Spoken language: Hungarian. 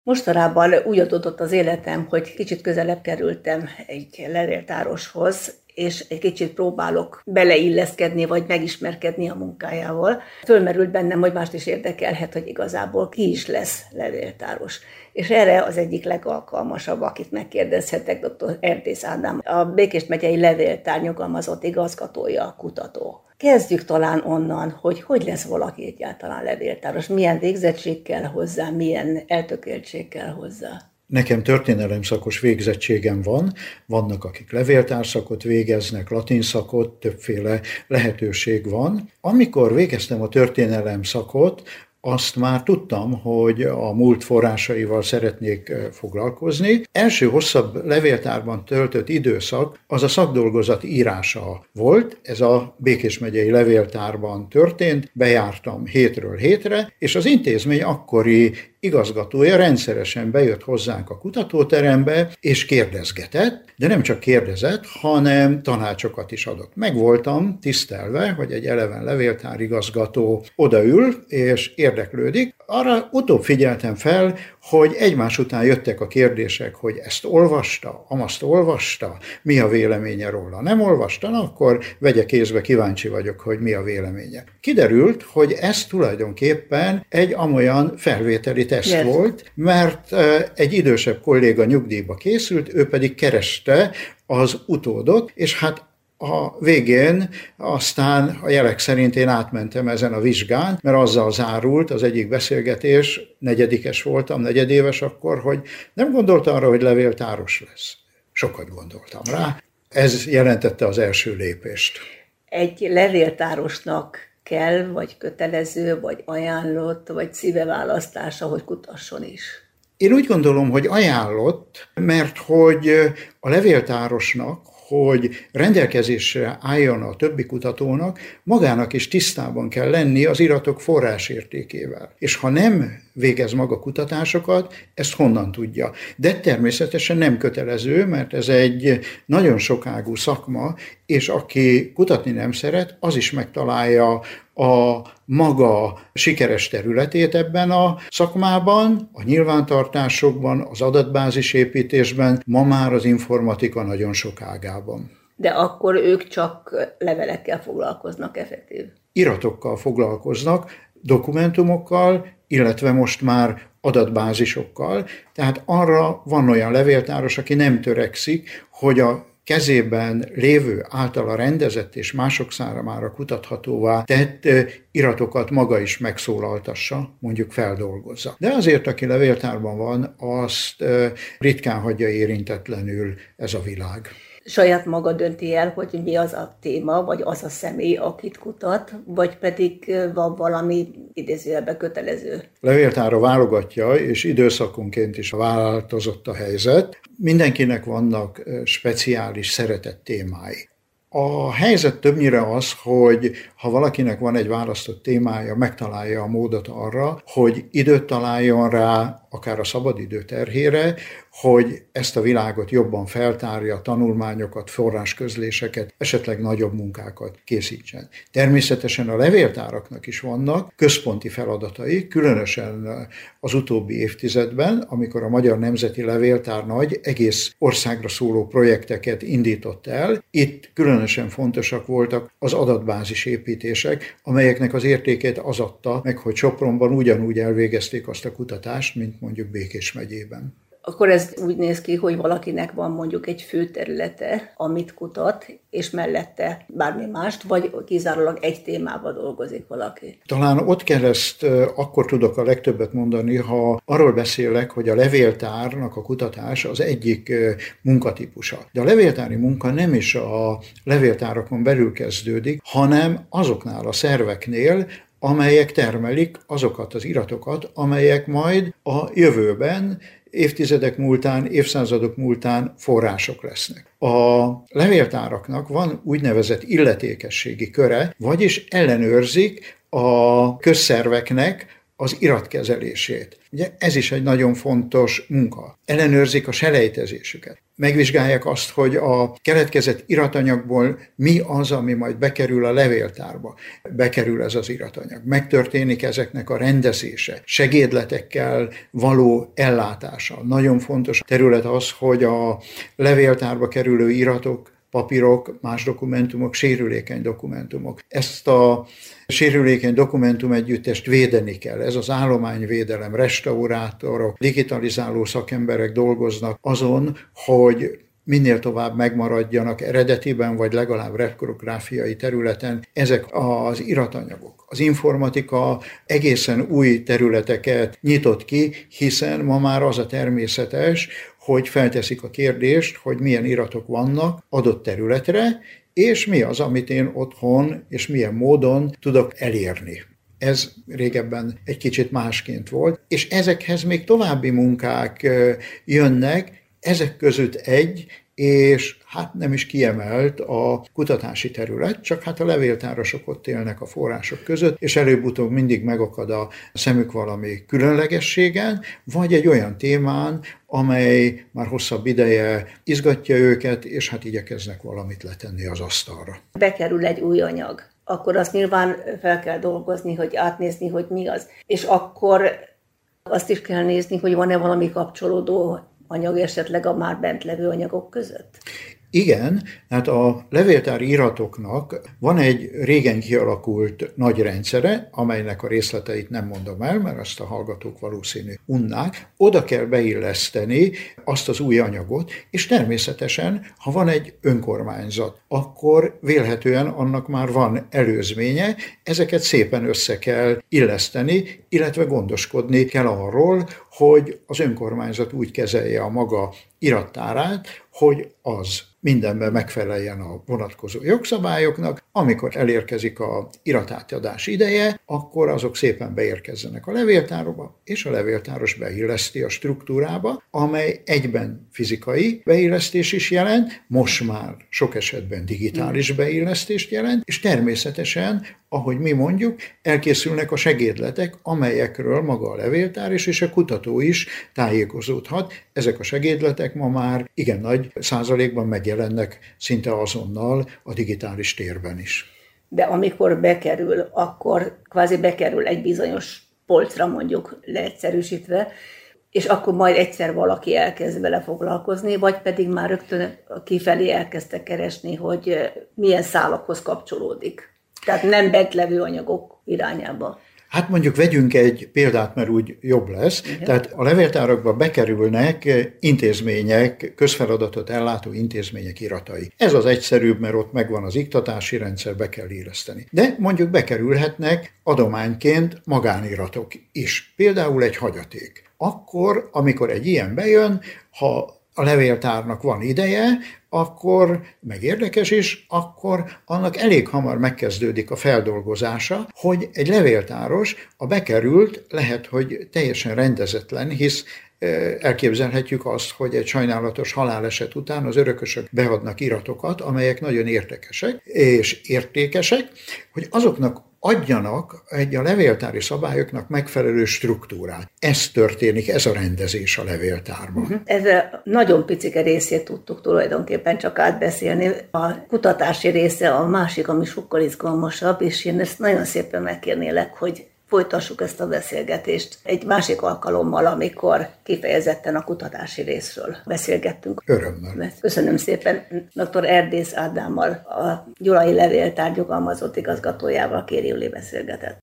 Mostanában úgy adódott az életem, hogy kicsit közelebb kerültem egy levéltároshoz, és egy kicsit próbálok beleilleszkedni, vagy megismerkedni a munkájával. Fölmerült bennem, hogy mást is érdekelhet, hogy igazából ki is lesz levéltáros. És erre az egyik legalkalmasabb, akit megkérdezhetek, dr. Erdész Ádám, a Békés megyei levéltár nyugalmazott igazgatója, kutató. Kezdjük talán onnan, hogy lesz valaki egyáltalán levéltáros, milyen végzettség kell hozzá, milyen eltökéltség kell hozzá. Nekem történelemszakos végzettségem van, vannak, akik levéltárszakot végeznek, latinszakot, többféle lehetőség van. Amikor végeztem a történelemszakot, azt már tudtam, hogy a múlt forrásaival szeretnék foglalkozni. Első hosszabb levéltárban töltött időszak az a szakdolgozat írása volt. Ez a Békés megyei levéltárban történt, bejártam hétről hétre, és az intézmény akkori igazgatója rendszeresen bejött hozzánk a kutatóterembe, és kérdezgetett, de nem csak kérdezett, hanem tanácsokat is adott. Meg voltam tisztelve, hogy egy eleven levéltárigazgató odaül, és érdeklődik. Arra utóbb figyeltem fel, hogy egymás után jöttek a kérdések, hogy ezt olvasta, amazt olvasta, mi a véleménye róla. Nem olvasta, akkor vegye kézbe, kíváncsi vagyok, hogy mi a véleménye. Kiderült, hogy ez tulajdonképpen egy amolyan felvételi teszt volt, mert egy idősebb kolléga nyugdíjba készült, ő pedig kereste az utódot, és hát a végén aztán a jelek szerint én átmentem ezen a vizsgán, mert azzal zárult az egyik beszélgetés, negyedikes voltam, negyedéves akkor, hogy nem gondoltam arra, hogy levéltáros lesz. Sokat gondoltam rá. Ez jelentette az első lépést. Egy levéltárosnak kell, vagy kötelező, vagy ajánlott, vagy szíveválasztása, hogy kutasson is? Én úgy gondolom, hogy ajánlott, mert hogy a levéltárosnak, hogy rendelkezésre álljon a többi kutatónak, magának is tisztában kell lenni az iratok forrásértékével. És ha nem végez maga kutatásokat, ezt honnan tudja. De természetesen nem kötelező, mert ez egy nagyon sokágú szakma, és aki kutatni nem szeret, az is megtalálja a maga sikeres területét ebben a szakmában, a nyilvántartásokban, az adatbázisépítésben, ma már az informatika nagyon sok ágában. De akkor ők csak levelekkel foglalkoznak effektív? Iratokkal foglalkoznak, dokumentumokkal, illetve most már adatbázisokkal. Tehát arra van olyan levéltáros, aki nem törekszik, hogy a kezében lévő, általa rendezett és mások számára kutathatóvá tett iratokat maga is megszólaltassa, mondjuk feldolgozza. De azért, aki levéltárban van, azt ritkán hagyja érintetlenül ez a világ. Saját maga dönti el, hogy mi az a téma, vagy az a személy, akit kutat, vagy pedig van valami idézőjelben kötelező? Levéltára válogatja, és időszakonként is változott a helyzet. Mindenkinek vannak speciális szeretett témái. A helyzet többnyire az, hogy ha valakinek van egy választott témája, megtalálja a módot arra, hogy időt találjon rá, akár a szabadidő terhére, hogy ezt a világot jobban feltárja, tanulmányokat, forrásközléseket, esetleg nagyobb munkákat készítsen. Természetesen a levéltáraknak is vannak központi feladatai, különösen az utóbbi évtizedben, amikor a Magyar Nemzeti Levéltár nagy, egész országra szóló projekteket indított el. Itt különösen fontosak voltak az adatbázis építések, amelyeknek az értékét az adta meg, hogy Sopronban ugyanúgy elvégezték azt a kutatást, mint mondjuk Békés megyében. Akkor ez úgy néz ki, hogy valakinek van mondjuk egy fő területe, amit kutat, és mellette bármi mást, vagy kizárólag egy témában dolgozik valaki. Talán ott kell ezt, akkor tudok a legtöbbet mondani, ha arról beszélek, hogy a levéltárnak a kutatás az egyik munkatípusa. De a levéltári munka nem is a levéltárakon belül kezdődik, hanem azoknál a szerveknél, amelyek termelik azokat az iratokat, amelyek majd a jövőben évtizedek múltán, évszázadok múltán források lesznek. A levéltáraknak van úgynevezett illetékességi köre, vagyis ellenőrzik a közszerveknek az iratkezelését. Ugye ez is egy nagyon fontos munka. Ellenőrzik a selejtezésüket. Megvizsgálják azt, hogy a keletkezett iratanyagból mi az, ami majd bekerül a levéltárba. Bekerül ez az iratanyag. Megtörténik ezeknek a rendezése, segédletekkel való ellátása. Nagyon fontos terület az, hogy a levéltárba kerülő iratok, papírok, más dokumentumok, sérülékeny dokumentumok. Ezt a sérülékeny dokumentum együttest védeni kell. Ez az állományvédelem, restaurátorok, digitalizáló szakemberek dolgoznak azon, hogy minél tovább megmaradjanak eredetiben, vagy legalább reprográfiai területen ezek az iratanyagok. Az informatika egészen új területeket nyitott ki, hiszen ma már az a természetes, hogy felteszik a kérdést, hogy milyen iratok vannak adott területre, és mi az, amit én otthon és milyen módon tudok elérni. Ez régebben egy kicsit másként volt, és ezekhez még további munkák jönnek, ezek között egy, és hát nem is kiemelt a kutatási terület, csak hát a levéltárosok ott élnek a források között, és előbb-utóbb mindig megakad a szemük valami különlegességen, vagy egy olyan témán, amely már hosszabb ideje izgatja őket, és hát igyekeznek valamit letenni az asztalra. Bekerül egy új anyag, akkor azt nyilván fel kell dolgozni, hogy átnézni, hogy mi az. És akkor azt is kell nézni, hogy van-e valami kapcsolódó anyag esetleg a már bent levő anyagok között? Igen, hát a levéltári iratoknak van egy régen kialakult nagy rendszere, amelynek a részleteit nem mondom el, mert azt a hallgatók valószínű unnák. Oda kell beilleszteni azt az új anyagot, és természetesen, ha van egy önkormányzat, akkor vélhetően annak már van előzménye, ezeket szépen össze kell illeszteni, illetve gondoskodni kell arról, hogy az önkormányzat úgy kezelje a maga irattárát, hogy az mindenben megfeleljen a vonatkozó jogszabályoknak. Amikor elérkezik a iratátadás ideje, akkor azok szépen beérkezzenek a levéltárba, és a levéltáros beilleszti a struktúrába, amely egyben fizikai beillesztés is jelent, most már sok esetben digitális beillesztést jelent, és természetesen, ahogy mi mondjuk, elkészülnek a segédletek, amelyekről maga a levéltár és a kutató is tájékozódhat. Ezek a segédletek ma már igen nagy százalékban megjelennek szinte azonnal a digitális térben is. De amikor bekerül, akkor kvázi bekerül egy bizonyos polcra, mondjuk leegyszerűsítve, és akkor majd egyszer valaki elkezd vele foglalkozni, vagy pedig már rögtön kifelé elkezdte keresni, hogy milyen szálakhoz kapcsolódik. Tehát nem bent levő anyagok irányába. Hát mondjuk vegyünk egy példát, mert úgy jobb lesz. Tehát a levéltárakba bekerülnek intézmények, közfeladatot ellátó intézmények iratai. Ez az egyszerűbb, mert ott megvan az iktatási rendszer, be kell illeszteni. De mondjuk bekerülhetnek adományként magániratok is. Például egy hagyaték. Akkor, amikor egy ilyen bejön, ha a levéltárnak van ideje, akkor meg érdekes is, akkor annak elég hamar megkezdődik a feldolgozása, hogy egy levéltáros a bekerült lehet, hogy teljesen rendezetlen, hisz elképzelhetjük azt, hogy egy sajnálatos haláleset után az örökösök beadnak iratokat, amelyek nagyon érdekesek és értékesek, hogy azoknak adjanak egy a levéltári szabályoknak megfelelő struktúrát. Ez történik, ez a rendezés a levéltárban. Ez a nagyon picike részét tudtuk tulajdonképpen csak átbeszélni. A kutatási része a másik, ami sokkal izgalmasabb, és én ezt nagyon szépen megkérnélek, hogy folytassuk ezt a beszélgetést egy másik alkalommal, amikor kifejezetten a kutatási részről beszélgettünk. Örömmel. Köszönöm szépen dr. Erdész Ádámmal, a Gyulai Levéltár nyugalmazott igazgatójával Kériüli beszélgetett.